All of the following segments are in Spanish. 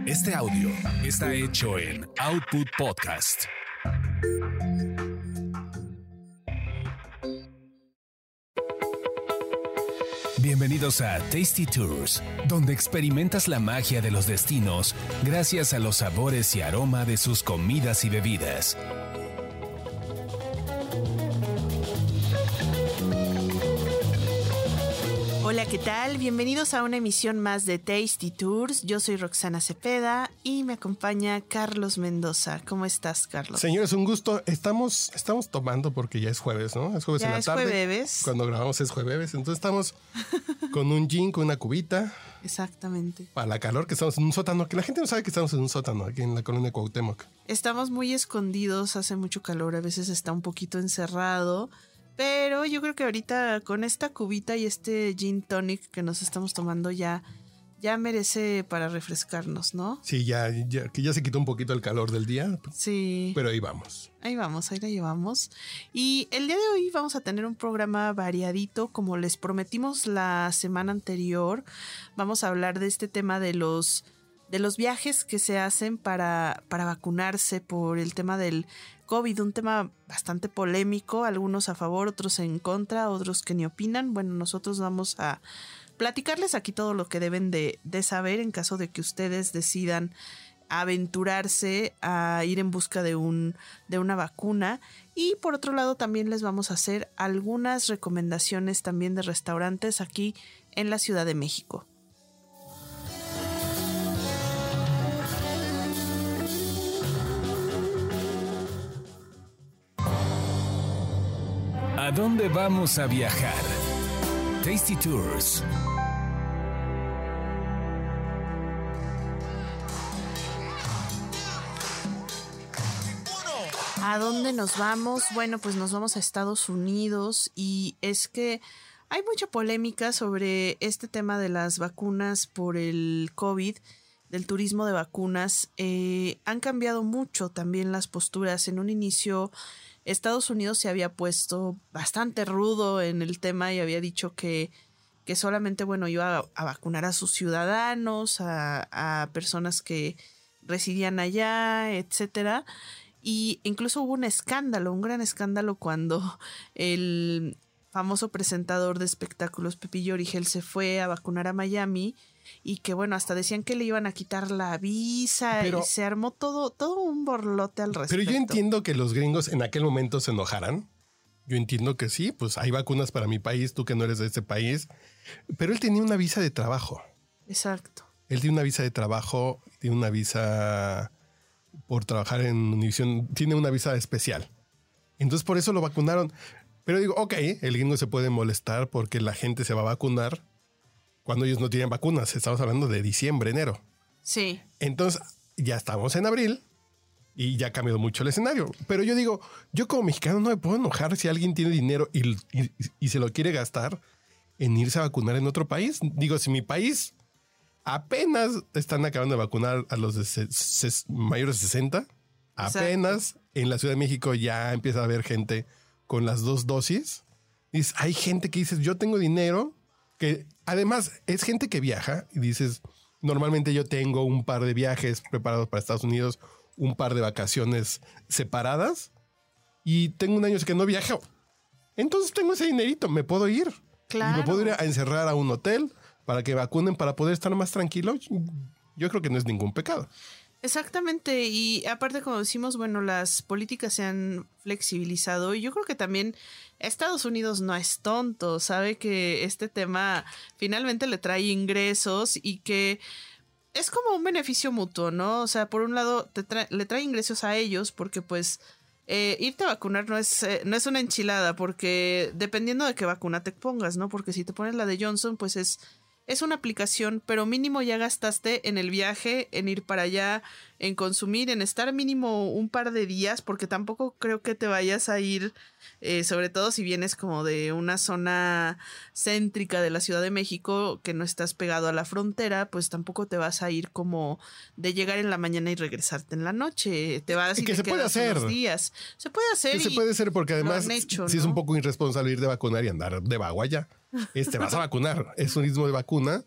Este audio está hecho en Output Podcast. Bienvenidos a Tasty Tours, donde experimentas la magia de los destinos gracias a los sabores y aroma de sus comidas y bebidas. Hola, ¿qué tal? Bienvenidos a una emisión más de Tasty Tours. Yo soy Roxana Cepeda y me acompaña Carlos Mendoza. ¿Cómo estás, Carlos? Señores, un gusto. Estamos tomando porque ya es jueves, ¿no? Es jueves ya en la es tarde. Jueves. Cuando grabamos es jueves. Entonces estamos con un gin, con una cubita. Exactamente. Para la calor, que estamos en un sótano. Que la gente no sabe que estamos en un sótano aquí en la colonia Cuauhtémoc. Estamos muy escondidos, hace mucho calor. A veces está un poquito encerrado. Pero yo creo que ahorita con esta cubita y este gin tonic que nos estamos tomando ya merece para refrescarnos, ¿no? Sí, que ya se quitó un poquito el calor del día. Sí. Pero ahí vamos. Ahí vamos, ahí la llevamos. Y el día de hoy vamos a tener un programa variadito, como les prometimos la semana anterior. Vamos a hablar de este tema de los viajes que se hacen para vacunarse por el tema del COVID, un tema bastante polémico, algunos a favor, otros en contra, otros que ni opinan. Bueno, nosotros vamos a platicarles aquí todo lo que deben de saber en caso de que ustedes decidan aventurarse a ir en busca de una vacuna. Y por otro lado también les vamos a hacer algunas recomendaciones también de restaurantes aquí en la Ciudad de México. ¿A dónde vamos a viajar? Tasty Tours. ¿A dónde nos vamos? Bueno, pues nos vamos a Estados Unidos y es que hay mucha polémica sobre este tema de las vacunas por el COVID, del turismo de vacunas. Han cambiado mucho también las posturas. En un inicio, Estados Unidos se había puesto bastante rudo en el tema y había dicho que solamente, bueno, iba a vacunar a sus ciudadanos, a personas que residían allá, etcétera. Y incluso hubo un gran escándalo cuando el famoso presentador de espectáculos Pepillo Origel se fue a vacunar a Miami y que bueno, hasta decían que le iban a quitar la visa, pero, y se armó todo un borlote al respecto. Pero yo entiendo que los gringos en aquel momento se enojaran. Yo entiendo que sí, pues hay vacunas para mi país, tú que no eres de ese país. Pero él tenía una visa de trabajo. Exacto. Él tiene una visa de trabajo, tiene una visa por trabajar en Univision, tiene una visa especial. Entonces por eso lo vacunaron. Pero digo, ok, el gringo se puede molestar porque la gente se va a vacunar cuando ellos no tienen vacunas. Estamos hablando de diciembre, enero. Sí. Entonces ya estamos en abril y ya ha cambiado mucho el escenario. Pero yo digo, yo como mexicano no me puedo enojar si alguien tiene dinero y se lo quiere gastar en irse a vacunar en otro país. Digo, si mi país apenas están acabando de vacunar a los de mayores de 60, apenas. Exacto. En la Ciudad de México ya empieza a haber gente con las 2 dosis. Dices, hay gente que dices, yo tengo dinero, que además es gente que viaja y dices, normalmente yo tengo un par de viajes preparados para Estados Unidos, un par de vacaciones separadas y tengo un año que no viajo. Entonces tengo ese dinerito, me puedo ir. Claro. Y me puedo ir a encerrar a un hotel para que vacunen, para poder estar más tranquilo. Yo creo que no es ningún pecado. Exactamente, y aparte como decimos, bueno, las políticas se han flexibilizado y yo creo que también Estados Unidos no es tonto, sabe que este tema finalmente le trae ingresos y que es como un beneficio mutuo, ¿no? O sea, por un lado le trae ingresos a ellos porque pues irte a vacunar no es una enchilada, porque dependiendo de qué vacuna te pongas, ¿no? Porque si te pones la de Johnson, pues es una aplicación, pero mínimo ya gastaste en el viaje, en ir para allá, en consumir, en estar mínimo un par de días, porque tampoco creo que te vayas a ir, sobre todo si vienes como de una zona céntrica de la Ciudad de México, que no estás pegado a la frontera, pues tampoco te vas a ir como de llegar en la mañana y regresarte en la noche. Te vas y que te se puede hacer unos días. Se puede hacer. Que se puede hacer porque además hecho, si ¿no? es un poco irresponsable ir de vacunar y andar de vago allá. Vas a vacunar, es un ritmo de vacuna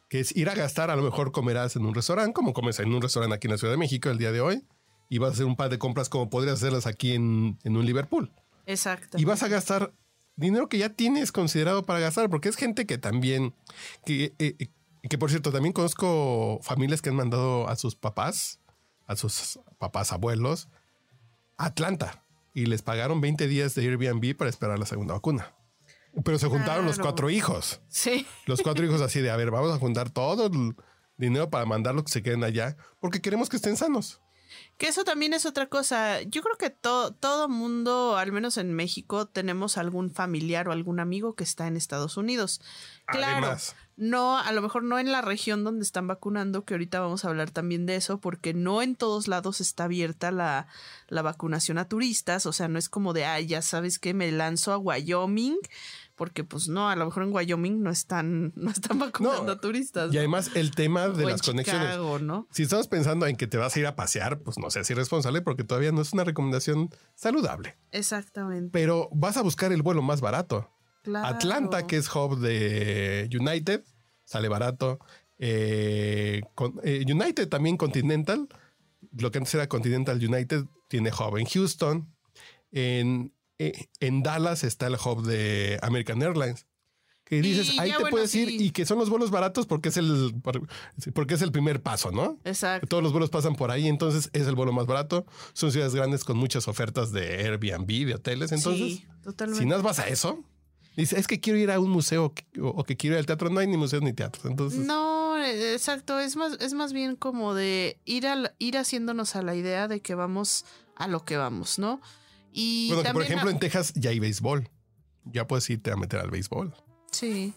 que es ir a gastar. A lo mejor comerás en un restaurante, como comes en un restaurante aquí en la Ciudad de México el día de hoy, y vas a hacer un par de compras como podrías hacerlas aquí en un Liverpool. Exacto. Y vas a gastar dinero que ya tienes considerado para gastar, porque es gente que también, que por cierto, también conozco familias que han mandado a sus papás abuelos, a Atlanta, y les pagaron 20 días de Airbnb para esperar la segunda vacuna. Pero se juntaron los 4 hijos. Sí. Los 4 hijos así de, a ver, vamos a juntar todo el dinero para mandarlos que se queden allá, porque queremos que estén sanos. Que eso también es otra cosa. Yo creo que todo mundo, al menos en México, tenemos algún familiar o algún amigo que está en Estados Unidos. Claro, Además, no, a lo mejor no en la región donde están vacunando, que ahorita vamos a hablar también de eso, porque no en todos lados está abierta la vacunación a turistas. O sea, no es como de, ya sabes que me lanzo a Wyoming, porque pues no, a lo mejor en Wyoming no están vacunando a turistas. Y además el tema de o las en conexiones. Chicago, ¿no? Si estamos pensando en que te vas a ir a pasear, pues no seas irresponsable porque todavía no es una recomendación saludable. Exactamente. Pero vas a buscar el vuelo más barato. Claro. Atlanta, que es hub de United, sale barato. United también Continental, lo que antes era Continental United, tiene hub en Houston. En Dallas está el hub de American Airlines. Que dices, ahí te puedes ir y que son los vuelos baratos porque es el primer paso, ¿no? Exacto. Todos los vuelos pasan por ahí, entonces es el vuelo más barato. Son ciudades grandes con muchas ofertas de Airbnb, de hoteles. Entonces, sí, totalmente. Si no vas a eso, dices, es que quiero ir a un museo o que quiero ir al teatro. No hay ni museos ni teatros. Entonces, no, exacto. Es más bien como de ir haciéndonos a la idea de que vamos a lo que vamos, ¿no? Y bueno, que por también ejemplo en Texas ya hay béisbol. Ya puedes irte a meter al béisbol. Sí.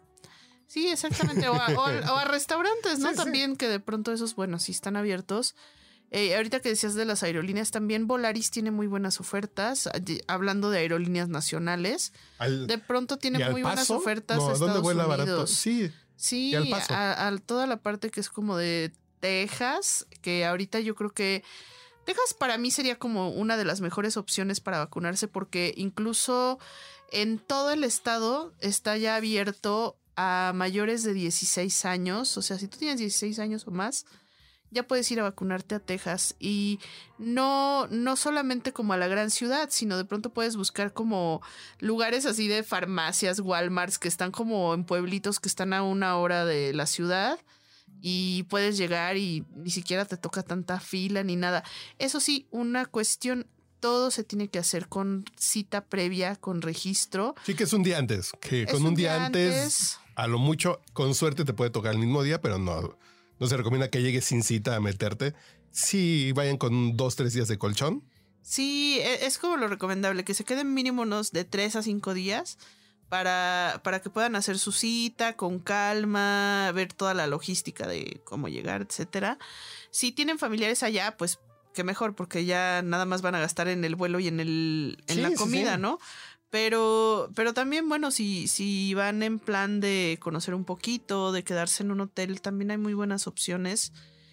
Sí, exactamente. O a restaurantes, ¿no? Sí, también sí. que de pronto esos, bueno, sí están abiertos. Ahorita que decías de las aerolíneas, también Volaris tiene muy buenas ofertas. Hablando de aerolíneas nacionales, de pronto tiene muy buenas ofertas a Estados vuela Unidos. barato? Sí. Sí, y al Paso. A toda la parte que es como de Texas, que ahorita yo creo que Texas para mí sería como una de las mejores opciones para vacunarse, porque incluso en todo el estado está ya abierto a mayores de 16 años. O sea, si tú tienes 16 años o más, ya puedes ir a vacunarte a Texas. Y no solamente como a la gran ciudad, sino de pronto puedes buscar como lugares así de farmacias, Walmarts, que están como en pueblitos que están a 1 hora de la ciudad. Y puedes llegar y ni siquiera te toca tanta fila ni nada. Eso sí, una cuestión, todo se tiene que hacer con cita previa, con registro. Sí, que es un día antes. Que con un día antes, a lo mucho, con suerte te puede tocar el mismo día, pero no se recomienda que llegues sin cita a meterte. Sí, vayan con 2-3 días de colchón. Sí, es como lo recomendable, que se queden mínimo unos de 3 a 5 días. Para que puedan hacer su cita con calma, ver toda la logística de cómo llegar, etcétera. Si tienen familiares allá, pues qué mejor, porque ya nada más van a gastar en el vuelo y en la comida, sí. ¿No? Pero también, bueno, si van en plan de conocer un poquito, de quedarse en un hotel, también hay muy buenas opciones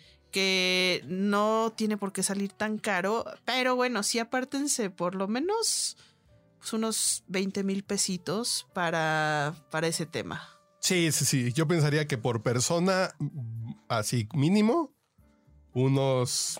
que no tiene por qué salir tan caro. Pero bueno, sí apártense por lo menos unos 20,000 pesitos para ese tema. Sí. Yo pensaría que por persona, así mínimo, unos...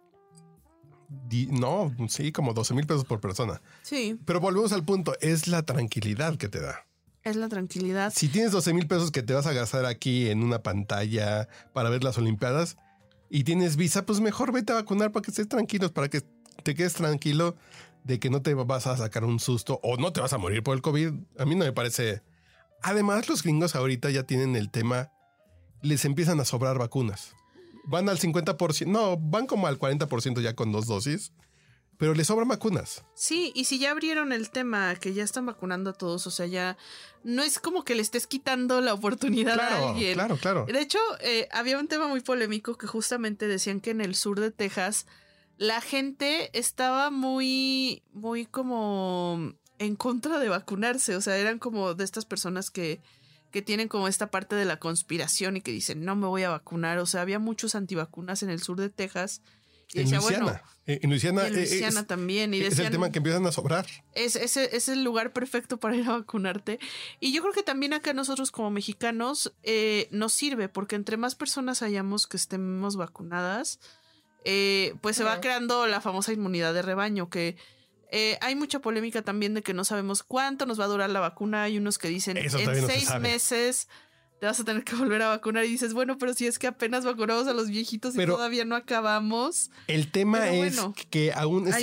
como 12,000 pesos por persona. Sí. Pero volvemos al punto, es la tranquilidad que te da. Es la tranquilidad. Si tienes 12,000 pesos que te vas a gastar aquí en una pantalla para ver las Olimpiadas y tienes visa, pues mejor vete a vacunar para que estés tranquilos, para que te quedes tranquilo de que no te vas a sacar un susto o no te vas a morir por el COVID. A mí no me parece. Además, los gringos ahorita ya tienen el tema, les empiezan a sobrar vacunas. Van al 50%, no, van como al 40% ya con 2 dosis, pero les sobran vacunas. Sí, y si ya abrieron el tema, que ya están vacunando a todos, o sea, ya no es como que le estés quitando la oportunidad a alguien. Claro. De hecho, había un tema muy polémico que justamente decían que en el sur de Texas la gente estaba muy como en contra de vacunarse. O sea, eran como de estas personas que tienen como esta parte de la conspiración y que dicen, no me voy a vacunar. O sea, había muchos antivacunas en el sur de Texas Y en decía, Luisiana. bueno, En Luisiana, en Luisiana también. Y es decían, el tema que empiezan a sobrar. es el lugar perfecto para ir a vacunarte. Y yo creo que también acá nosotros como mexicanos nos sirve, porque entre más personas hayamos que estemos vacunadas, pues se va creando la famosa inmunidad de rebaño, que hay mucha polémica también de que no sabemos cuánto nos va a durar la vacuna. Hay unos que dicen Eso en todavía no se 6 sabe. meses te vas a tener que volver a vacunar, y dices, bueno, pero si es que apenas vacunamos a los viejitos y todavía no acabamos. El tema Pero es bueno, que aún esa ahí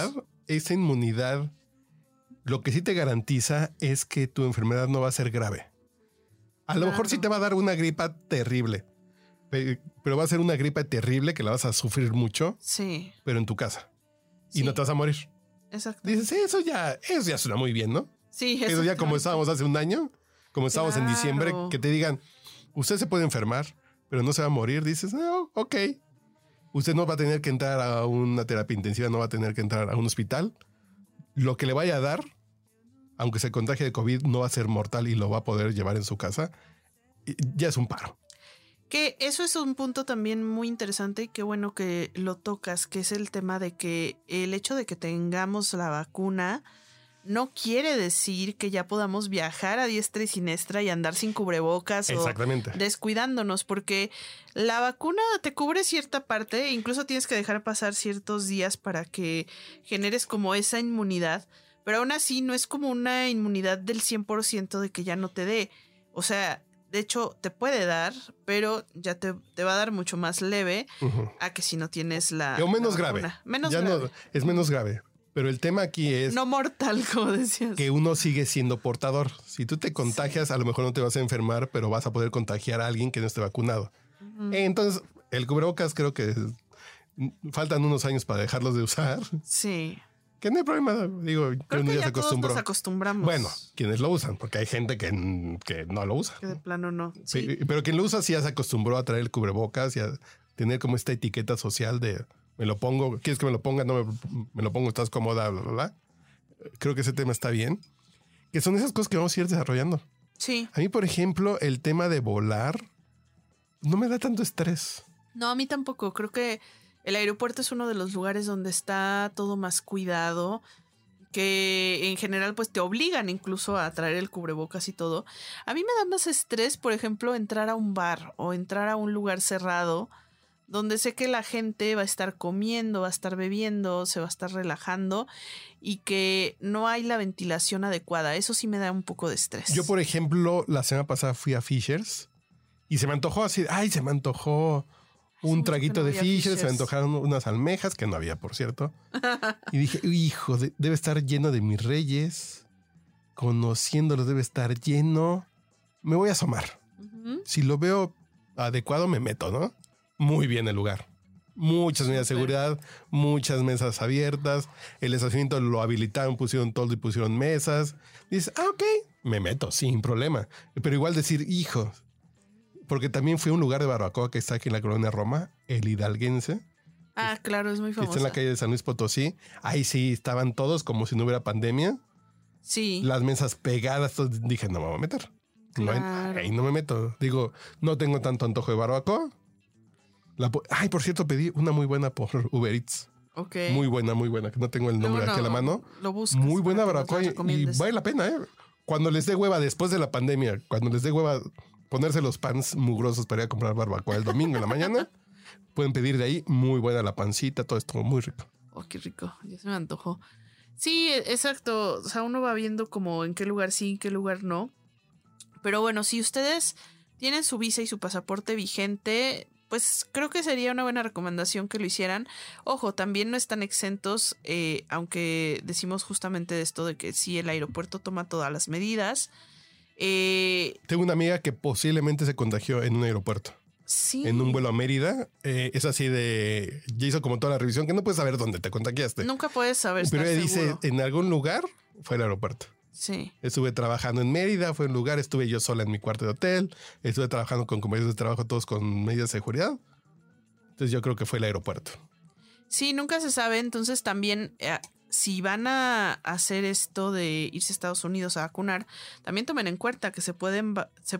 inmunidad, lo que sí te garantiza es que tu enfermedad no va a ser grave. A lo mejor sí te va a dar una gripa terrible, pero va a ser una gripa terrible que la vas a sufrir mucho, Sí. pero en tu casa. Y Sí. no te vas a morir. Exacto. Dices, eso ya suena muy bien, ¿no? Sí, Eso ya como estábamos hace un año, como estábamos en diciembre, Claro. que te digan, usted se puede enfermar, pero no se va a morir. Dices, no, ok. Usted no va a tener que entrar a una terapia intensiva, no va a tener que entrar a un hospital. Lo que le vaya a dar, aunque se contagie de COVID, no va a ser mortal y lo va a poder llevar en su casa. Y ya es un paro. Que eso es un punto también muy interesante y qué bueno que lo tocas, que es el tema de que el hecho de que tengamos la vacuna no quiere decir que ya podamos viajar a diestra y siniestra y andar sin cubrebocas Exactamente. o descuidándonos, porque la vacuna te cubre cierta parte, incluso tienes que dejar pasar ciertos días para que generes como esa inmunidad, pero aún así no es como una inmunidad del 100% de que ya no te dé. O sea, de hecho te puede dar, pero ya te va a dar mucho más leve a que si no tienes la O menos la grave. vacuna. Menos Ya grave. no, es menos grave. Pero el tema aquí es No mortal, como decías. que uno sigue siendo portador. Si tú te contagias, a lo mejor no te vas a enfermar, pero vas a poder contagiar a alguien que no esté vacunado. Entonces, el cubrebocas creo que faltan unos años para dejarlos de usar. Sí. Que no hay problema. Digo, que Creo uno que ya se ya todos acostumbró. nos acostumbramos. Bueno, quienes lo usan, porque hay gente que no lo usa. Que de plano no. Sí. Sí, pero quien lo usa sí ya se acostumbró a traer el cubrebocas y a tener como esta etiqueta social de me lo pongo, ¿quieres que me lo ponga? No me lo pongo, estás cómoda, bla, bla, bla. Creo que ese tema está bien. Que son esas cosas que vamos a ir desarrollando. Sí. A mí, por ejemplo, el tema de volar no me da tanto estrés. No, a mí tampoco. Creo que el aeropuerto es uno de los lugares donde está todo más cuidado, que en general pues te obligan incluso a traer el cubrebocas y todo. A mí me da más estrés, por ejemplo, entrar a un bar o entrar a un lugar cerrado donde sé que la gente va a estar comiendo, va a estar bebiendo, se va a estar relajando y que no hay la ventilación adecuada. Eso sí me da un poco de estrés. Yo, por ejemplo, la semana pasada fui a Fishers y se me antojó así, se me antojó un mucho traguito que no de había Fishers, se me Fishers. antojaron unas almejas, que no había, por cierto. Y dije, hijo, debe estar lleno de mis reyes. Conociéndolos debe estar lleno. Me voy a asomar. Ujú. Si lo veo adecuado, me meto, ¿no? Muy bien el lugar. Muchas medidas de seguridad, muchas mesas abiertas. El estacionamiento lo habilitaron, pusieron todo y pusieron mesas. Dices, ok, me meto sin problema. Pero igual decir, hijo, porque también fui a un lugar de barbacoa que está aquí en la colonia Roma, el Hidalguense, Ah, claro, es muy que famosa. está en la calle de San Luis Potosí. Ahí sí estaban todos como si no hubiera pandemia. Sí. Las mesas pegadas. Dije, no me voy a meter. Claro. Ahí no me meto. Digo, no tengo tanto antojo de barbacoa. Por cierto, pedí una muy buena por Uber Eats. Ok. Muy buena, que no tengo el nombre Luego aquí a la mano. Lo buscas Muy buena para que nos barbacoa la y recomiendes. vale la pena, ¿eh? Cuando les dé hueva después de la pandemia, cuando les dé hueva ponerse los pants mugrosos para ir a comprar barbacoa el domingo en la mañana, pueden pedir de ahí. Muy buena la pancita, todo esto muy rico. Oh, qué rico. Ya se me antojó. Sí, exacto. O sea, uno va viendo como en qué lugar sí, en qué lugar no. Pero bueno, si ustedes tienen su visa y su pasaporte vigente, pues creo que sería una buena recomendación que lo hicieran. Ojo, también no están exentos, aunque decimos justamente de esto de que sí, el aeropuerto toma todas las medidas. Tengo una amiga que posiblemente se contagió en un aeropuerto, Sí. en un vuelo a Mérida. Es así de... Ya hizo como toda la revisión, que no puedes saber dónde te contagiaste. Nunca puedes saber. Pero estar ella dice, seguro. en algún lugar fue el aeropuerto. Sí. Estuve trabajando en Mérida, fue un lugar, estuve yo sola en mi cuarto de hotel, estuve trabajando con compañeros de trabajo, todos con medidas de seguridad. Entonces yo creo que fue el aeropuerto. Sí, nunca se sabe. Entonces también si van a hacer esto de irse a Estados Unidos a vacunar, también tomen en cuenta que se pueden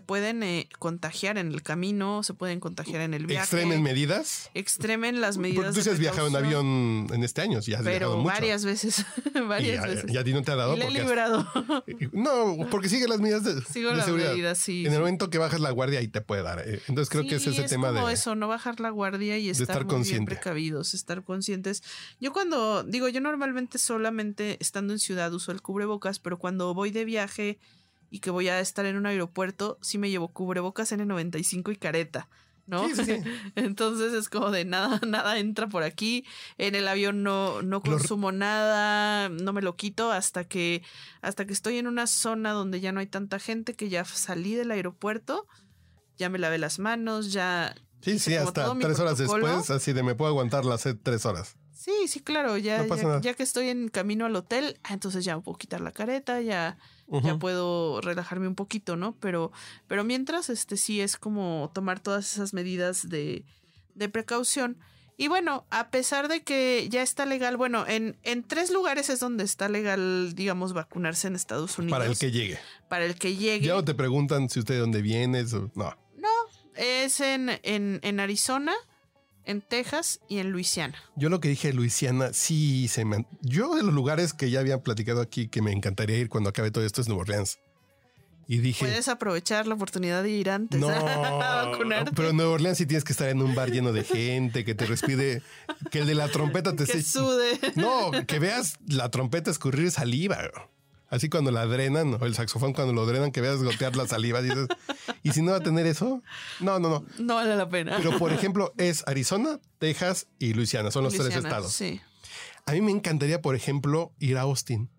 contagiar en el camino, se pueden contagiar en el viaje. ¿Extremen medidas? Extremen las medidas. Porque tú sí has viajado en avión en este año, ya has viajado mucho. Varias veces, veces. Y a ti no te ha dado. Y le he librado. No, porque sigue las medidas de seguridad. Medidas, sí. En el momento que bajas la guardia, ahí te puede dar. Entonces creo que ese es el tema de... eso, no bajar la guardia y estar muy bien precavidos, estar conscientes. Yo yo normalmente solamente estando en ciudad uso el cubrebocas, pero cuando voy de viaje y que voy a estar en un aeropuerto, sí me llevo cubrebocas N95 y careta, ¿no? Sí. Entonces es como de nada entra por aquí. En el avión no consumo nada, no me lo quito hasta que estoy en una zona donde ya no hay tanta gente, que ya salí del aeropuerto, ya me lavé las manos, ya... Sí, hasta 3 horas después, así de me puedo aguantar las 3 horas. Sí, claro, ya que estoy en camino al hotel, entonces ya puedo quitar la careta, ya puedo relajarme un poquito, ¿no? Pero mientras, sí es como tomar todas esas medidas de precaución. Y bueno, a pesar de que ya está legal, bueno, en 3 lugares es donde está legal, digamos, vacunarse en Estados Unidos. Para el que llegue. Para el que llegue. Ya no te preguntan si usted de dónde vienes o no. No, es en Arizona, en Texas y en Luisiana. Yo lo que dije, Luisiana, sí yo de los lugares que ya había platicado aquí que me encantaría ir cuando acabe todo esto es Nueva Orleans. Y dije... Puedes aprovechar la oportunidad de ir antes a vacunarte. Pero en Nueva Orleans sí tienes que estar en un bar lleno de gente, que te respire, que el de la trompeta te... Que sude. No, que veas la trompeta escurrir saliva. Así cuando la drenan, o el saxofón cuando lo drenan, que veas gotear la saliva. Dices, ¿y si no va a tener eso? No. No vale la pena. Pero, por ejemplo, es Arizona, Texas y Luisiana. Son los 3 estados. Sí. A mí me encantaría, por ejemplo, ir a Austin.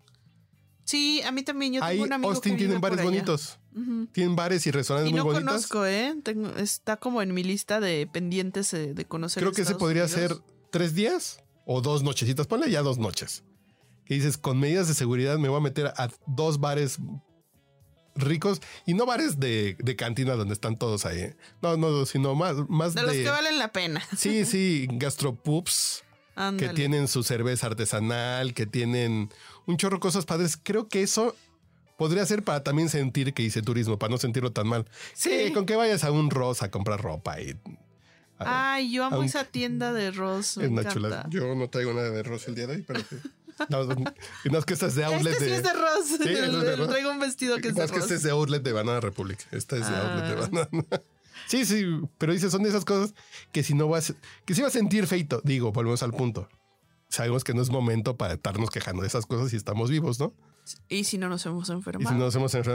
Sí, a mí también. Yo tengo un amigo Austin que vive tienen bares por allá. bonitos. Tienen bares y restaurantes muy bonitos. No conozco, está como en mi lista de pendientes de conocer. Creo que ese podría ser 3 días o 2 nochecitas. Ponle ya 2 noches. Que dices, con medidas de seguridad me voy a meter a 2 bares ricos y no bares de cantina donde están todos ahí. No, sino más de los que valen la pena. Sí, gastropubs. Ándale. Que tienen su cerveza artesanal, que tienen un chorro de cosas padres. Creo que eso podría ser para también sentir que hice turismo, para no sentirlo tan mal. Sí, con que vayas a un Ross a comprar ropa y... Yo amo esa tienda de Ross. Me encanta. Chulada. Yo no traigo nada de Ross el día de hoy, pero sí. No es que esta es de outlet sí es de Ross. Sí, traigo un vestido que es de Ross. No es que este es de outlet de Banana Republic. Esta es de outlet de Banana. Sí, pero dice, son de esas cosas que si vas a sentir feito. Digo, volvemos al punto. Sabemos que no es momento para estarnos quejando de esas cosas si estamos vivos, ¿no? Y si no nos hemos enfermado.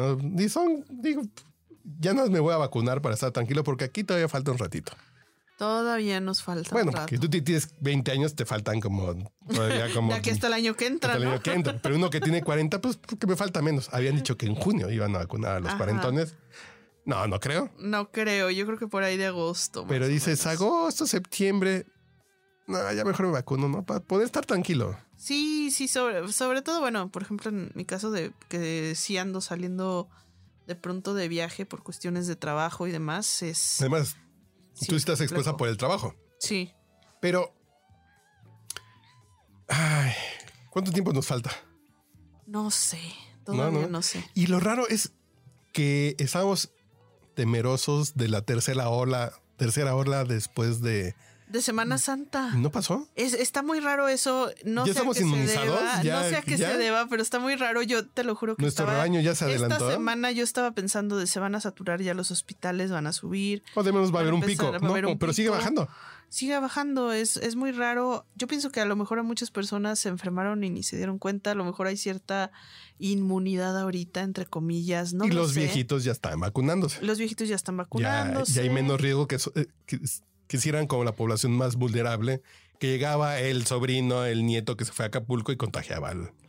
Ya no me voy a vacunar para estar tranquilo porque aquí todavía falta un ratito. Todavía nos falta. Bueno, porque tú tienes 20 años, te faltan todavía como... de aquí hasta el año que entra, ¿no? Pero uno que tiene 40, pues porque me falta menos. Habían dicho que en junio iban a vacunar a los cuarentones. No creo. No creo, yo creo que por ahí de agosto. Pero dices agosto, septiembre. No, ya mejor me vacuno, ¿no? Para poder estar tranquilo. Sí, sobre todo, bueno, por ejemplo, en mi caso de que sí ando saliendo de pronto de viaje por cuestiones de trabajo y demás, es... Además, tú estás expuesta por el trabajo. Sí. Pero... ¿cuánto tiempo nos falta? No sé, todavía no sé. Y lo raro es que estamos temerosos de la tercera ola después de Semana Santa. ¿No pasó? Está muy raro eso. No ¿Ya sé estamos inmunizados? No sé a qué se deba, pero está muy raro. Yo te lo juro que nuestro rebaño ya se adelantó. Esta semana yo estaba pensando de se van a saturar ya los hospitales, van a subir. O de menos va a haber un pico. Pero sigue bajando. Sigue bajando. Es muy raro. Yo pienso que a lo mejor a muchas personas se enfermaron y ni se dieron cuenta. A lo mejor hay cierta inmunidad ahorita, entre comillas. No y lo los sé. viejitos ya están vacunándose. Los viejitos ya están vacunándose. Ya hay menos riesgo que si eran como la población más vulnerable, que llegaba el sobrino, el nieto que se fue a Acapulco y contagiaba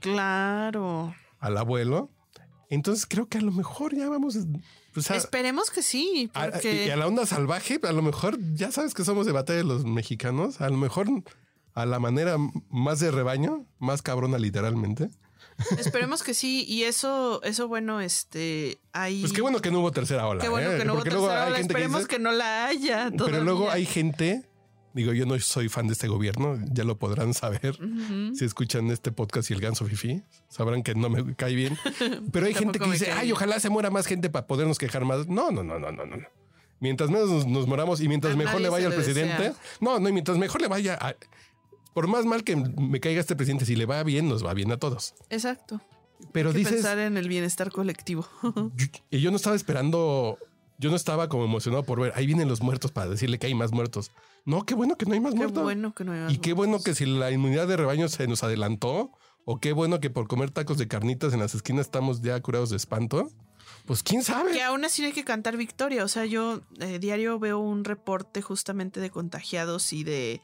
al abuelo. Entonces creo que a lo mejor ya vamos... Esperemos que sí. Porque... Y a la onda salvaje, a lo mejor ya sabes que somos de batalla de los mexicanos, a lo mejor a la manera más de rebaño, más cabrona literalmente. Esperemos que sí. Y eso bueno, hay... Pues qué bueno que no hubo tercera ola. Qué bueno que no hubo tercera ola. Esperemos que no la haya todavía. Pero luego hay gente Digo, yo no soy fan de este gobierno, ya lo podrán saber. Si escuchan este podcast y el Ganso Fifi, sabrán que no me cae bien. Pero hay gente que dice, ay, ojalá se muera más gente para podernos quejar más. No. Mientras menos nos moramos y mientras mejor le vaya al presidente. No, y mientras mejor le vaya por más mal que me caiga este presidente, si le va bien, nos va bien a todos. Exacto. Pero hay que dices, pensar en el bienestar colectivo. Y yo no estaba esperando, yo no estaba como emocionado por ver, ahí vienen los muertos para decirle que hay más muertos. No, qué bueno que no hay más muertos. Qué bueno que no hay más Y qué bueno que si la inmunidad de rebaño se nos adelantó, o qué bueno que por comer tacos de carnitas en las esquinas estamos ya curados de espanto. Pues quién sabe. Que aún así hay que cantar victoria. O sea, yo diario veo un reporte justamente de contagiados y de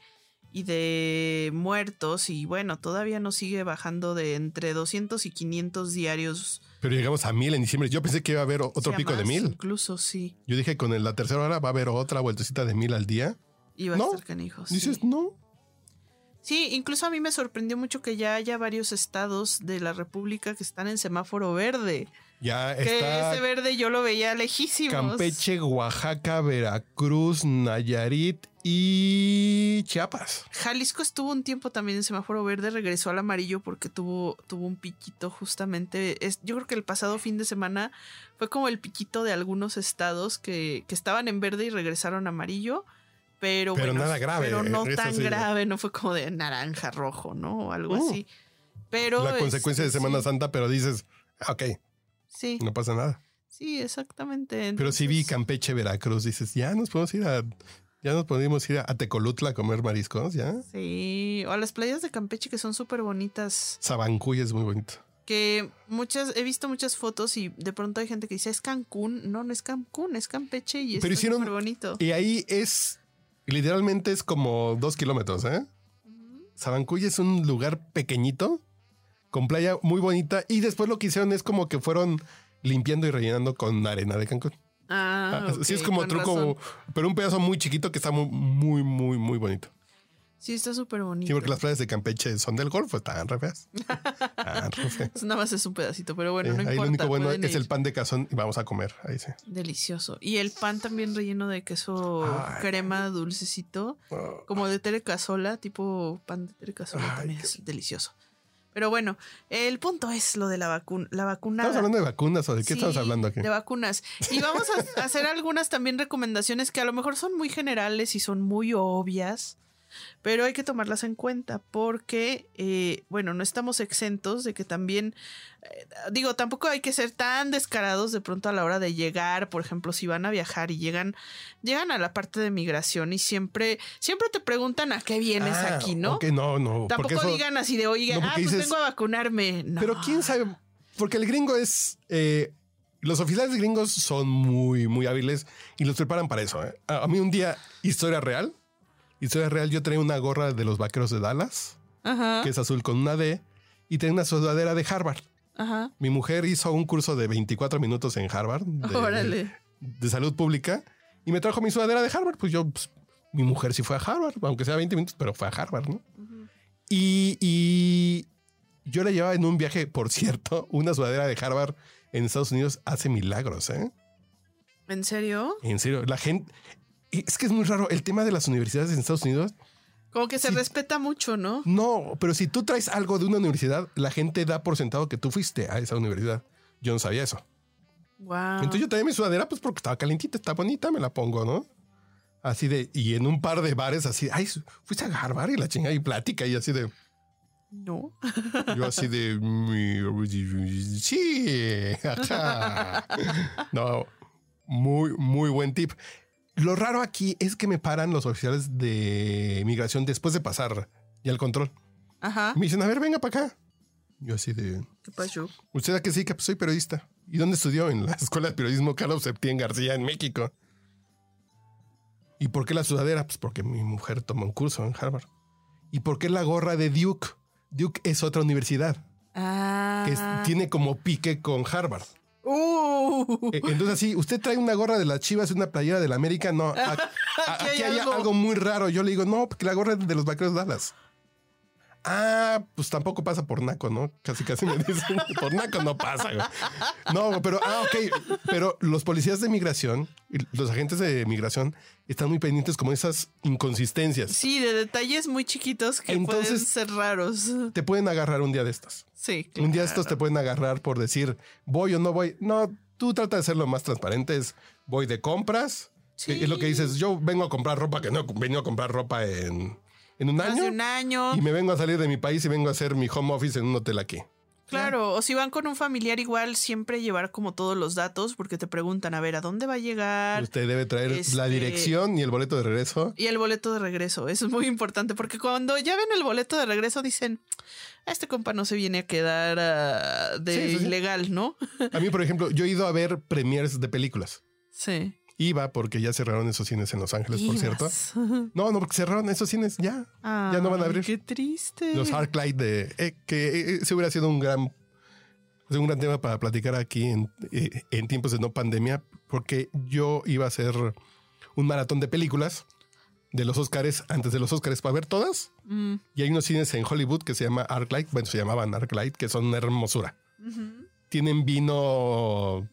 muertos. Y bueno, todavía nos sigue bajando de entre 200 y 500 diarios. Pero llegamos a 1000 en diciembre. Yo pensé que iba a haber otro pico de 1000. Incluso sí. Yo dije con la tercera hora va a haber otra vueltecita de 1000 al día. Y va a estar canijo. Dices, sí. No. Sí, incluso a mí me sorprendió mucho que ya haya varios estados de la República que están en semáforo verde. Ya que está. ese verde yo lo veía lejísimos. Campeche, Oaxaca, Veracruz, Nayarit y Chiapas. Jalisco estuvo un tiempo también en semáforo verde, regresó al amarillo porque tuvo un piquito justamente. Yo creo que el pasado fin de semana fue como el piquito de algunos estados que estaban en verde y regresaron a amarillo. Pero bueno, nada grave. Pero no tan grave, no fue como de naranja, rojo, ¿no? O algo así. Pero la consecuencia de Semana Santa, pero dices, ok, sí, no pasa nada. Sí, exactamente. Entonces, pero sí vi Campeche, Veracruz, dices, ya nos podemos ir a Tecolutla a comer mariscos, ¿ya? Sí, o a las playas de Campeche que son súper bonitas. Sabancuy es muy bonito. Que he visto muchas fotos y de pronto hay gente que dice, ¿es Cancún? No es Cancún, es Campeche y es súper bonito. Y ahí literalmente es como 2 kilómetros, ¿eh? Sabancuy es un lugar pequeñito, con playa muy bonita, y después lo que hicieron es como que fueron limpiando y rellenando con arena de Cancún. Okay, sí, es como truco, razón. Pero un pedazo muy chiquito que está muy, muy, muy bonito. Sí, está súper bonito. Sí, porque las playas de Campeche son del Golfo, están re feas. Nada más es un pedacito, pero bueno, no importa. Ahí lo único bueno es el pan de cazón y vamos a comer. Ahí sí. Delicioso. Y el pan también relleno de queso crema dulcecito, como de tere casola, tipo pan de tere casola, también es delicioso. Pero bueno, el punto es lo de la vacunada. ¿Estamos hablando de vacunas o de qué estamos hablando aquí? De vacunas. Y vamos a hacer algunas también recomendaciones que a lo mejor son muy generales y son muy obvias, pero hay que tomarlas en cuenta porque, bueno, no estamos exentos de que también, tampoco hay que ser tan descarados de pronto a la hora de llegar. Por ejemplo, si van a viajar y llegan a la parte de migración y siempre te preguntan a qué vienes aquí, ¿no? Okay, no. Tampoco digan así de, oiga, pues vengo a vacunarme. No. Pero quién sabe, porque el gringo es... los oficiales gringos son muy, muy hábiles y los preparan para eso. A mí un día, historia real, yo traía una gorra de los Vaqueros de Dallas, que es azul con una D, y tenía una sudadera de Harvard. Ajá. Mi mujer hizo un curso de 24 minutos en Harvard de salud pública y me trajo mi sudadera de Harvard. Pues mi mujer sí fue a Harvard, aunque sea 20 minutos, pero fue a Harvard, ¿no? Uh-huh. Y yo la llevaba en un viaje, por cierto, una sudadera de Harvard en Estados Unidos hace milagros, ¿eh? ¿En serio? En serio, la gente... Es que es muy raro el tema de las universidades en Estados Unidos. Como que se respeta mucho, ¿no? No, pero si tú traes algo de una universidad, la gente da por sentado que tú fuiste a esa universidad. Yo no sabía eso. Wow. Entonces yo traía mi sudadera pues porque estaba calentita, está bonita, me la pongo, ¿no? Así de, y en un par de bares así, ay, fuiste a Harvard y la chingada y plática y así de... No. Yo así de... Sí. Ajá. No, muy, muy buen tip. Lo raro aquí es que me paran los oficiales de migración después de pasar ya el control. Ajá. Me dicen, a ver, venga para acá. Yo así de... ¿Qué pasó? ¿Usted a qué sí? Que soy periodista. ¿Y dónde estudió? En la Escuela de Periodismo Carlos Septién García en México. ¿Y por qué la sudadera? Pues porque mi mujer tomó un curso en Harvard. ¿Y por qué la gorra de Duke? Duke es otra universidad. Que tiene como pique con Harvard. Entonces así, usted trae una gorra de las Chivas y una playera de la América. No, aquí hay algo muy raro. Yo le digo, no, porque la gorra es de los Vaqueros de Dallas. Pues tampoco pasa por naco, ¿no? Casi me dicen, por naco no pasa, güey. No, pero, ok. Pero los policías de migración, los agentes de migración están muy pendientes como esas inconsistencias. Sí, de detalles muy chiquitos que Entonces, pueden ser raros. Te pueden agarrar un día de estos. Sí, claro. Un día de estos te pueden agarrar por decir, voy o no voy. No, tú trata de hacerlo más transparente. Voy de compras. Sí. Es lo que dices, yo vengo a comprar ropa que no he venido a comprar ropa en un Más año. de un año. Y me vengo a salir de mi país y vengo a hacer mi home office en un hotel aquí. Claro, o si van con un familiar igual, siempre llevar como todos los datos porque te preguntan, a ver, ¿a dónde va a llegar? Usted debe traer la dirección y el boleto de regreso. Y el boleto de regreso, eso es muy importante porque cuando ya ven el boleto de regreso dicen, este compa no se viene a quedar de Sí. ilegal, ¿no? A mí, por ejemplo, yo he ido a ver premieres de películas. Sí. Iba porque ya cerraron esos cines en Los Ángeles, por cierto. No, porque cerraron esos cines ya. Ya no van a abrir. Qué triste. Los ArcLight que ese hubiera sido un gran tema para platicar aquí en tiempos de no pandemia, porque yo iba a hacer un maratón de películas de los Óscares, antes de los Óscares, para ver todas. Y hay unos cines en Hollywood que se llama ArcLight, bueno, se llamaban ArcLight, que son una hermosura. Tienen vino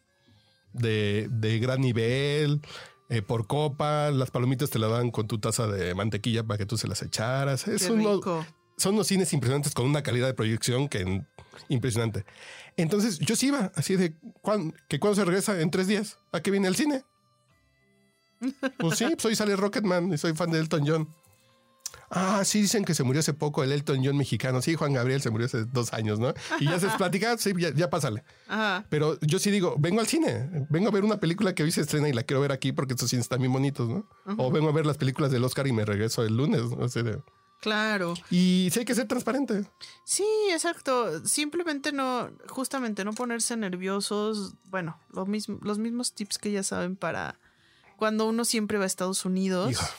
de gran nivel, por copa, las palomitas te la dan con tu taza de mantequilla para que tú se las echaras. Son unos cines impresionantes con una calidad de proyección que impresionante. Entonces yo sí iba así de cuando se regresa en 3 días. ¿A qué viene el cine? Pues sí, pues hoy sale Rocketman y soy fan de Elton John. Sí, dicen que se murió hace poco el Elton John mexicano. Sí, Juan Gabriel se murió hace 2 años, ¿no? Y ya se platica, sí, ya pásale. Ajá. Pero yo sí digo, vengo al cine, vengo a ver una película que hoy se estrena y la quiero ver aquí porque estos cines están bien bonitos, ¿no? O vengo a ver las películas del Oscar y me regreso el lunes, ¿no? Claro. Y sí hay que ser transparente. Sí, exacto. Simplemente justamente no ponerse nerviosos. Bueno, los mismos tips que ya saben para cuando uno siempre va a Estados Unidos. Hijo.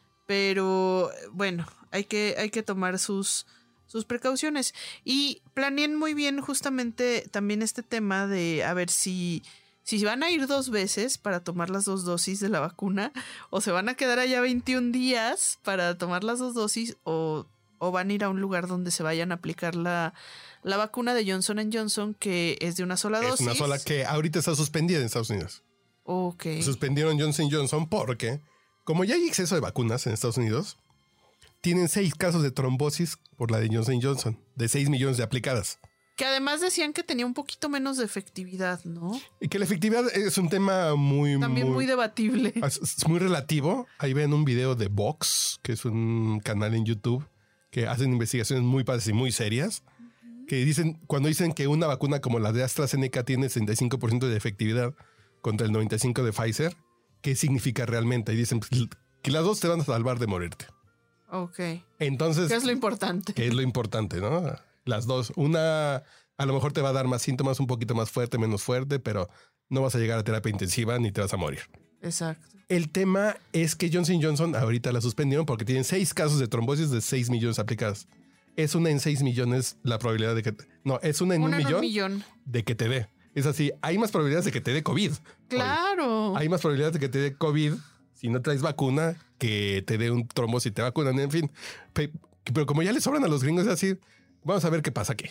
Pero bueno, hay que tomar sus precauciones. Y planeen muy bien justamente también este tema de a ver si van a ir 2 veces para tomar las 2 dosis de la vacuna, o se van a quedar allá 21 días para tomar las 2 dosis, o van a ir a un lugar donde se vayan a aplicar la vacuna de Johnson & Johnson, que es de una sola dosis. Es una sola que ahorita está suspendida en Estados Unidos. Ok. Suspendieron Johnson & Johnson porque, como ya hay exceso de vacunas en Estados Unidos, tienen 6 casos de trombosis por la de Johnson & Johnson, de 6 millones de aplicadas. Que además decían que tenía un poquito menos de efectividad, ¿no? Y que la efectividad es un tema también muy debatible. Es muy relativo. Ahí ven un video de Vox, que es un canal en YouTube que hacen investigaciones muy padres y muy serias, que cuando dicen que una vacuna como la de AstraZeneca tiene 65% de efectividad contra el 95% de Pfizer, ¿qué significa realmente? Y dicen que las dos te van a salvar de morirte. Ok. Entonces, ¿qué es lo importante? ¿Qué es lo importante, no? Las dos. Una a lo mejor te va a dar más síntomas, un poquito más fuerte, menos fuerte, pero no vas a llegar a terapia intensiva ni te vas a morir. Exacto. El tema es que Johnson & Johnson ahorita la suspendieron porque tienen 6 casos de trombosis de 6 millones aplicadas. Es una en 6 millones la probabilidad de que... No, es una en un millón de que te dé. Es así, hay más probabilidades de que te dé COVID. Claro. Hay más probabilidades de que te dé COVID si no traes vacuna que te dé un trombo si te vacunan. En fin, pero como ya le sobran a los gringos, es así, vamos a ver qué pasa aquí.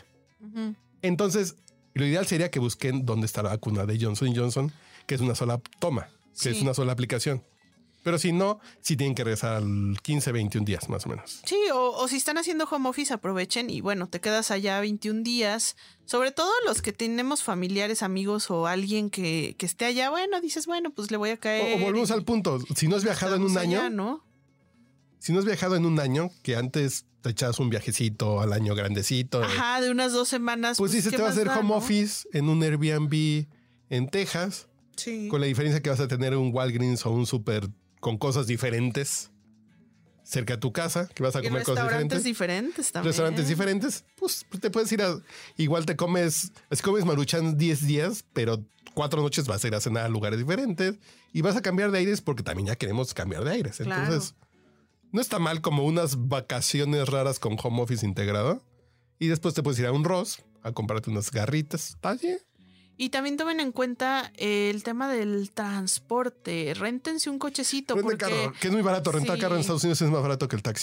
Entonces, lo ideal sería que busquen dónde está la vacuna de Johnson & Johnson, que es una sola toma, que es una sola aplicación. Pero si no, sí tienen que regresar al 15, 21 días más o menos. Sí, o si están haciendo home office, aprovechen y bueno, te quedas allá 21 días. Sobre todo los que tenemos familiares, amigos o alguien que esté allá, bueno, dices, bueno, pues le voy a caer. O volvemos al punto, si no has viajado en un año, allá, ¿no? Si no has viajado en un año, que antes te echas un viajecito al año grandecito. Ajá, de unas 2 semanas. Pues sí, se te va a hacer home office en un Airbnb en Texas. Sí. Con la diferencia que vas a tener un Walgreens o un super con cosas diferentes cerca de tu casa, que vas a comer cosas diferentes. Restaurantes también. Restaurantes diferentes, pues te puedes ir igual te comes, si comes Maruchan 10 días, pero 4 noches vas a ir a cenar a lugares diferentes y vas a cambiar de aires porque también ya queremos cambiar de aires. Claro. Entonces, no está mal como unas vacaciones raras con home office integrado y después te puedes ir a un Ross a comprarte unas garritas. ¿Está bien? Y también tomen en cuenta el tema del transporte. Réntense un cochecito. Renta carro, que es muy barato. Rentar carro en Estados Unidos es más barato que el taxi.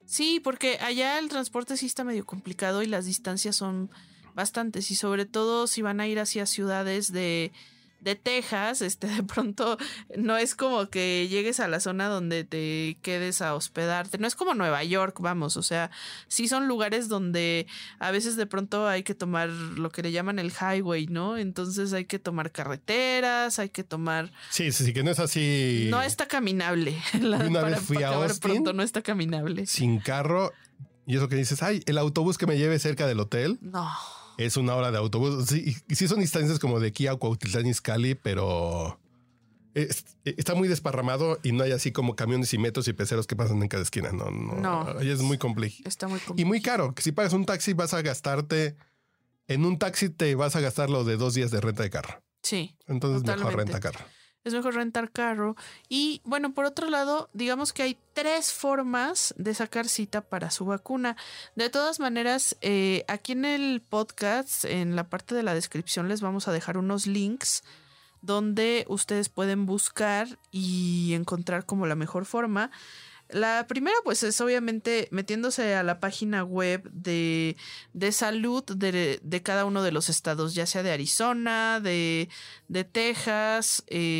Sí, porque allá el transporte sí está medio complicado y las distancias son bastantes. Y sobre todo si van a ir hacia ciudades de Texas, de pronto no es como que llegues a la zona donde te quedes a hospedarte. No es como Nueva York, vamos. O sea, sí son lugares donde a veces de pronto hay que tomar lo que le llaman el highway, ¿no? Entonces hay que tomar carreteras, hay que tomar... Sí, que no es así. No está caminable. Una vez fui a Austin. Pronto no está caminable. Sin carro. Y eso que dices, ay, el autobús que me lleve cerca del hotel. No. Es una hora de autobús. Sí son distancias como de aquí a Cuautitlán Izcalli, pero está muy desparramado y no hay así como camiones y metros y peceros que pasan en cada esquina. No. Ahí es muy complejo. Está muy complejo. Y muy caro. Que si pagas un taxi vas a gastarte... En un taxi te vas a gastar lo de 2 días de renta de carro. Sí. Entonces totalmente. mejor renta carro. Es mejor rentar carro. Y bueno, por otro lado, digamos que hay 3 formas de sacar cita para su vacuna. De todas maneras, aquí en el podcast, en la parte de la descripción, les vamos a dejar unos links donde ustedes pueden buscar y encontrar como la mejor forma. La primera pues es obviamente metiéndose a la página web de salud de cada uno de los estados, ya sea de Arizona, de Texas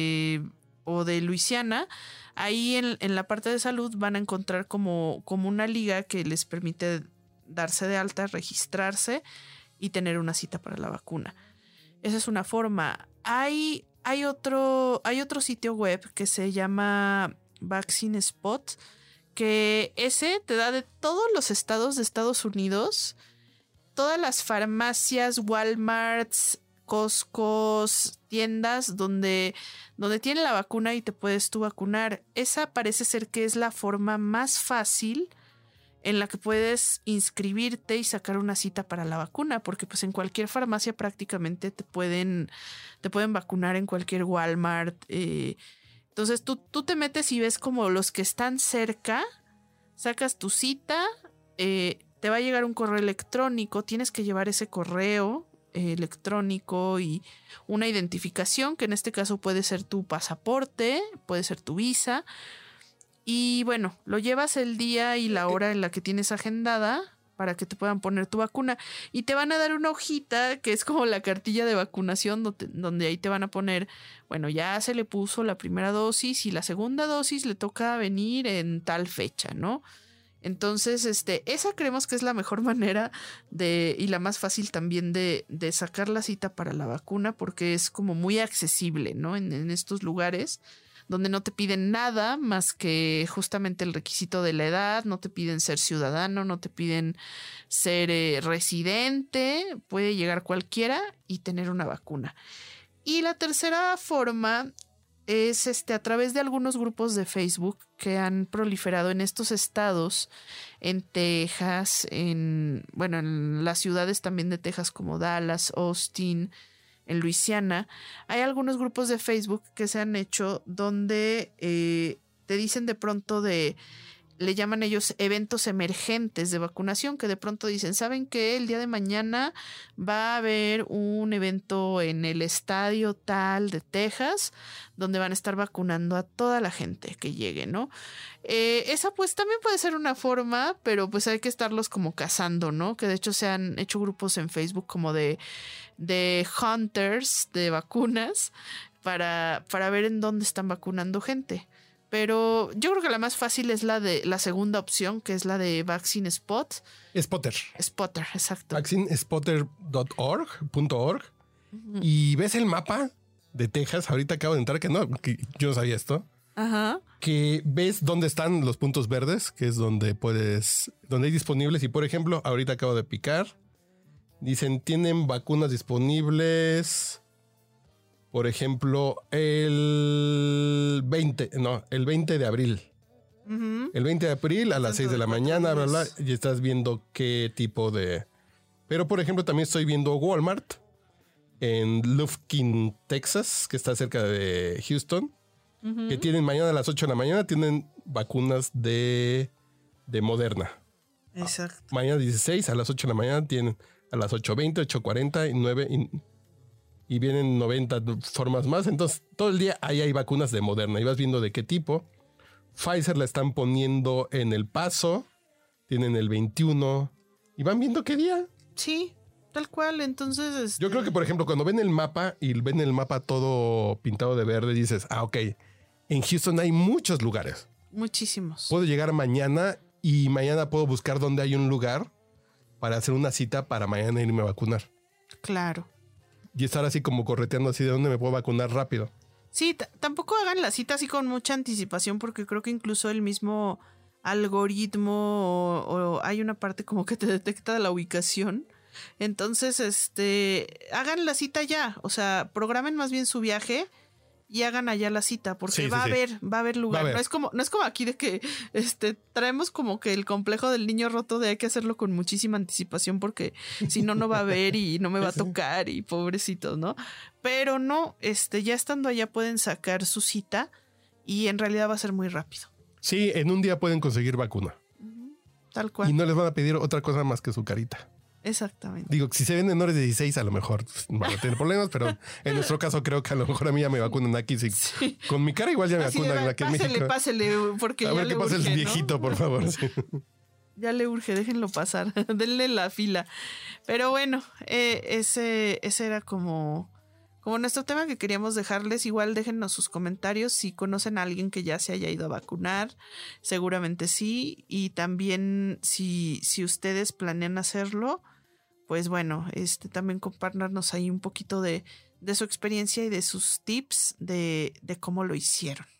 o de Luisiana. Ahí en la parte de salud van a encontrar como una liga que les permite darse de alta, registrarse y tener una cita para la vacuna. Esa es una forma. Hay otro sitio web que se llama Vaccine Spot, que ese te da de todos los estados de Estados Unidos, todas las farmacias, Walmarts, Costcos, tiendas donde tienen la vacuna y te puedes tú vacunar. Esa parece ser que es la forma más fácil en la que puedes inscribirte y sacar una cita para la vacuna, porque pues en cualquier farmacia prácticamente te pueden vacunar, en cualquier Walmart. Entonces tú te metes y ves como los que están cerca, sacas tu cita, te va a llegar un correo electrónico, tienes que llevar ese correo electrónico y una identificación, que en este caso puede ser tu pasaporte, puede ser tu visa, y bueno, lo llevas el día y la hora en la que tienes agendada para que te puedan poner tu vacuna. Y te van a dar una hojita que es como la cartilla de vacunación donde ahí te van a poner, bueno, ya se le puso la primera dosis y la segunda dosis le toca venir en tal fecha, ¿no? Entonces, esa creemos que es la mejor manera y la más fácil también de sacar la cita para la vacuna, porque es como muy accesible, ¿no? En estos lugares donde no te piden nada más que justamente el requisito de la edad, no te piden ser ciudadano, no te piden ser residente, puede llegar cualquiera y tener una vacuna. Y la tercera forma es a través de algunos grupos de Facebook que han proliferado en estos estados, en Texas, en las ciudades también de Texas como Dallas, Austin, en Luisiana. Hay algunos grupos de Facebook que se han hecho donde te dicen de pronto le llaman ellos eventos emergentes de vacunación, que de pronto dicen, ¿saben qué? El día de mañana va a haber un evento en el estadio tal de Texas donde van a estar vacunando a toda la gente que llegue, ¿no? Esa pues también puede ser una forma, pero pues hay que estarlos como cazando, ¿no? Que de hecho se han hecho grupos en Facebook como de hunters de vacunas para ver en dónde están vacunando gente. Pero yo creo que la más fácil es la segunda opción, que es la de Vaccine Spot. Spotter, exacto. Vaccinespotter.org. Y ves el mapa de Texas. Ahorita acabo de entrar, que yo no sabía esto. Ajá. Que ves dónde están los puntos verdes, que es donde hay disponibles. Y por ejemplo, ahorita acabo de picar. Dicen, tienen vacunas disponibles. Por ejemplo, el 20 de abril. Uh-huh. El 20 de abril a las 6 de la mañana, bla, bla, y estás viendo qué tipo de... Pero, por ejemplo, también estoy viendo Walmart en Lufkin, Texas, que está cerca de Houston, uh-huh, que tienen mañana a las 8 de la mañana, tienen vacunas de Moderna. Exacto. Mañana 16 a las 8 de la mañana tienen a las 8:20, 8:40 y 9... Y vienen 90 formas más. Entonces, todo el día ahí hay vacunas de Moderna. Y vas viendo de qué tipo. Pfizer la están poniendo en El Paso, tienen el 21 y van viendo qué día. Sí, tal cual. Entonces, Yo creo que, por ejemplo, cuando ven el mapa y ven el mapa todo pintado de verde, dices, ok, en Houston hay muchos lugares. muchísimos. Puedo llegar mañana y mañana puedo buscar dónde hay un lugar para hacer una cita para mañana irme a vacunar. Claro. Y estar así como correteando así de dónde me puedo vacunar rápido. Sí, tampoco hagan la cita así con mucha anticipación porque creo que incluso el mismo algoritmo o hay una parte como que te detecta la ubicación. Entonces, hagan la cita ya. O sea, programen más bien su viaje y hagan allá la cita porque Sí, va a haber lugar. Va a haber. No es como aquí de que traemos como que el complejo del niño roto de hay que hacerlo con muchísima anticipación porque si no, no va a haber y no me va a tocar y pobrecitos, ¿no? Pero no, ya estando allá pueden sacar su cita y en realidad va a ser muy rápido. Sí, en un día pueden conseguir vacuna. Tal cual. Y no les van a pedir otra cosa más que su carita. Exactamente. Digo, si se ven menores de 16, a lo mejor van a tener problemas, pero en nuestro caso creo que a lo mejor a mí ya me vacunan aquí. Sí. Sí. Con mi cara igual ya me Así de, vacunan aquí en México. Pásele, porque A ya ver le qué pasa urge, el ¿no? viejito, por favor. Sí. Ya le urge, déjenlo pasar, denle la fila. Pero bueno, ese era como nuestro tema que queríamos dejarles. Igual déjennos sus comentarios si conocen a alguien que ya se haya ido a vacunar, seguramente sí. Y también si ustedes planean hacerlo, pues bueno, también compártanos ahí un poquito de su experiencia y de sus tips de cómo lo hicieron.